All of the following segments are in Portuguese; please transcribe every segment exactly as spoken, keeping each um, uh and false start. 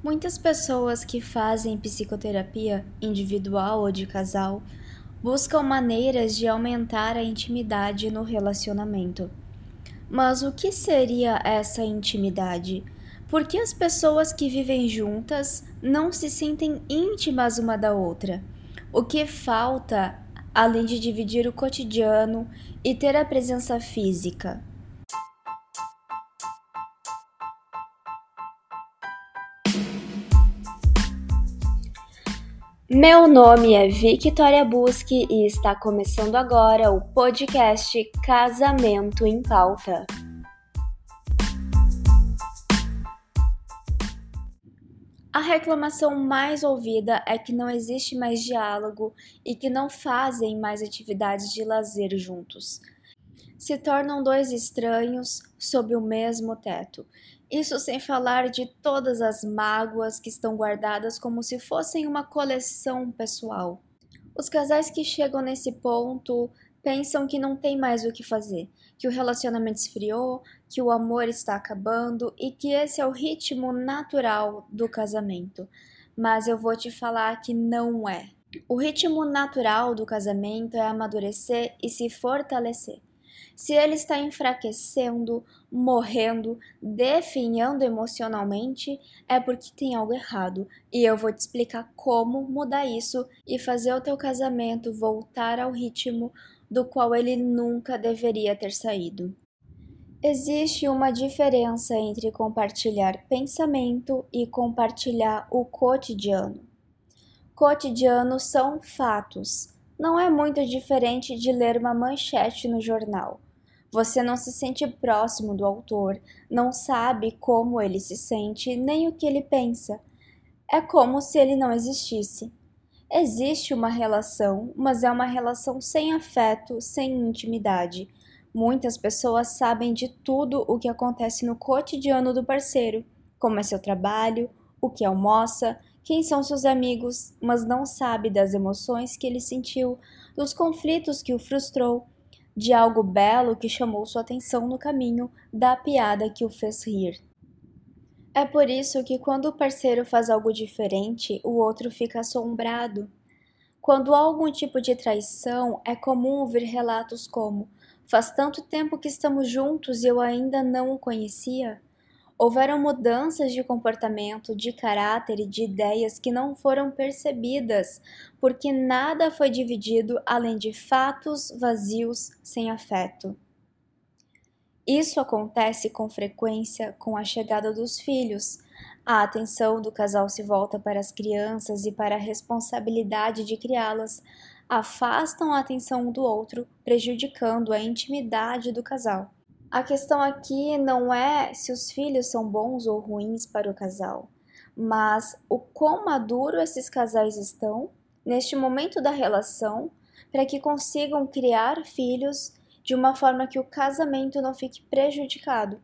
Muitas pessoas que fazem psicoterapia, individual ou de casal, buscam maneiras de aumentar a intimidade no relacionamento. Mas o que seria essa intimidade? Por que as pessoas que vivem juntas não se sentem íntimas uma da outra? O que falta, além de dividir o cotidiano e ter a presença física? Meu nome é Victoria Busque e está começando agora o podcast Casamento em Pauta. A reclamação mais ouvida é que não existe mais diálogo e que não fazem mais atividades de lazer juntos. Se tornam dois estranhos sob o mesmo teto. Isso sem falar de todas as mágoas que estão guardadas como se fossem uma coleção pessoal. Os casais que chegam nesse ponto pensam que não tem mais o que fazer, que o relacionamento esfriou, que o amor está acabando e que esse é o ritmo natural do casamento. Mas eu vou te falar que não é. O ritmo natural do casamento é amadurecer e se fortalecer. Se ele está enfraquecendo, morrendo, definhando emocionalmente, é porque tem algo errado. E eu vou te explicar como mudar isso e fazer o teu casamento voltar ao ritmo do qual ele nunca deveria ter saído. Existe uma diferença entre compartilhar pensamento e compartilhar o cotidiano. Cotidiano são fatos. Não é muito diferente de ler uma manchete no jornal. Você não se sente próximo do autor, não sabe como ele se sente, nem o que ele pensa. É como se ele não existisse. Existe uma relação, mas é uma relação sem afeto, sem intimidade. Muitas pessoas sabem de tudo o que acontece no cotidiano do parceiro, como é seu trabalho, o que almoça, quem são seus amigos, mas não sabe das emoções que ele sentiu, dos conflitos que o frustrou, de algo belo que chamou sua atenção no caminho, da piada que o fez rir. É por isso que quando o parceiro faz algo diferente, o outro fica assombrado. Quando há algum tipo de traição, é comum ouvir relatos como: faz tanto tempo que estamos juntos e eu ainda não o conhecia. Houveram mudanças de comportamento, de caráter e de ideias que não foram percebidas, porque nada foi dividido além de fatos vazios sem afeto. Isso acontece com frequência com a chegada dos filhos. A atenção do casal se volta para as crianças e para a responsabilidade de criá-las, afastam a atenção um do outro, prejudicando a intimidade do casal. A questão aqui não é se os filhos são bons ou ruins para o casal, mas o quão maduro esses casais estão neste momento da relação para que consigam criar filhos de uma forma que o casamento não fique prejudicado.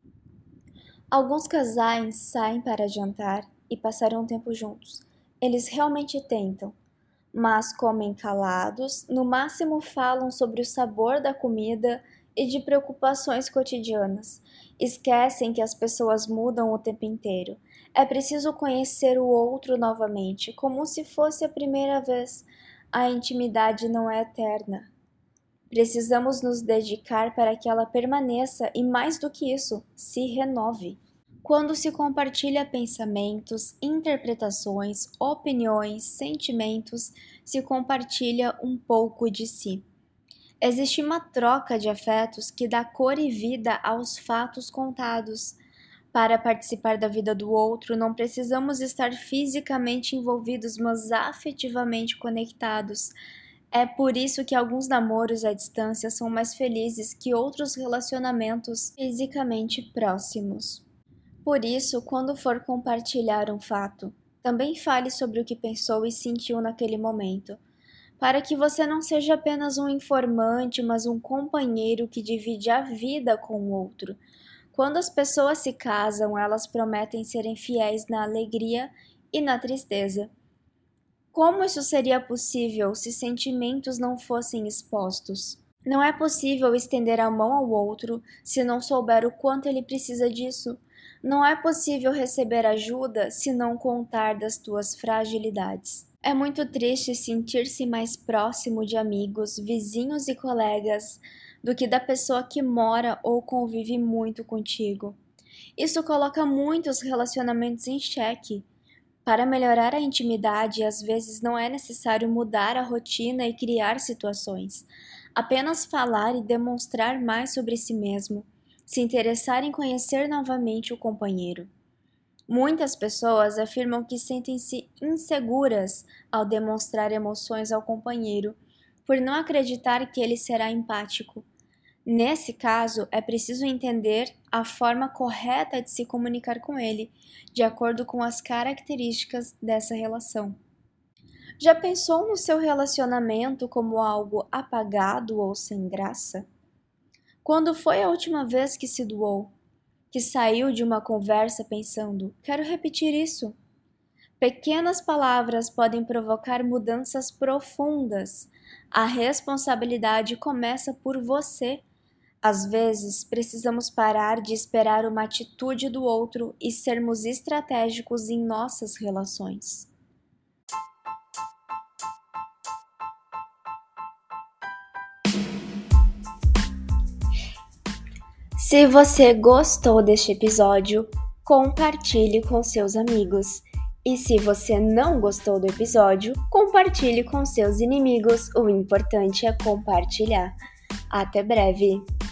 Alguns casais saem para jantar e passar um tempo juntos. Eles realmente tentam, mas comem calados, no máximo falam sobre o sabor da comida e de preocupações cotidianas. Esquecem que as pessoas mudam o tempo inteiro. É preciso conhecer o outro novamente, como se fosse a primeira vez. A intimidade não é eterna. Precisamos nos dedicar para que ela permaneça e, mais do que isso, se renove. Quando se compartilha pensamentos, interpretações, opiniões, sentimentos, se compartilha um pouco de si. Existe uma troca de afetos que dá cor e vida aos fatos contados. Para participar da vida do outro, não precisamos estar fisicamente envolvidos, mas afetivamente conectados. É por isso que alguns namoros à distância são mais felizes que outros relacionamentos fisicamente próximos. Por isso, quando for compartilhar um fato, também fale sobre o que pensou e sentiu naquele momento, para que você não seja apenas um informante, mas um companheiro que divide a vida com o outro. Quando as pessoas se casam, elas prometem serem fiéis na alegria e na tristeza. Como isso seria possível se sentimentos não fossem expostos? Não é possível estender a mão ao outro se não souber o quanto ele precisa disso. Não é possível receber ajuda se não contar das tuas fragilidades. É muito triste sentir-se mais próximo de amigos, vizinhos e colegas do que da pessoa que mora ou convive muito contigo. Isso coloca muitos relacionamentos em xeque. Para melhorar a intimidade, às vezes não é necessário mudar a rotina e criar situações. Apenas falar e demonstrar mais sobre si mesmo, se interessar em conhecer novamente o companheiro. Muitas pessoas afirmam que sentem-se inseguras ao demonstrar emoções ao companheiro, por não acreditar que ele será empático. Nesse caso, é preciso entender a forma correta de se comunicar com ele, de acordo com as características dessa relação. Já pensou no seu relacionamento como algo apagado ou sem graça? Quando foi a última vez que se doou? Que saiu de uma conversa pensando, quero repetir isso? Pequenas palavras podem provocar mudanças profundas. A responsabilidade começa por você. Às vezes, precisamos parar de esperar uma atitude do outro e sermos estratégicos em nossas relações. Se você gostou deste episódio, compartilhe com seus amigos. E se você não gostou do episódio, compartilhe com seus inimigos. O importante é compartilhar. Até breve!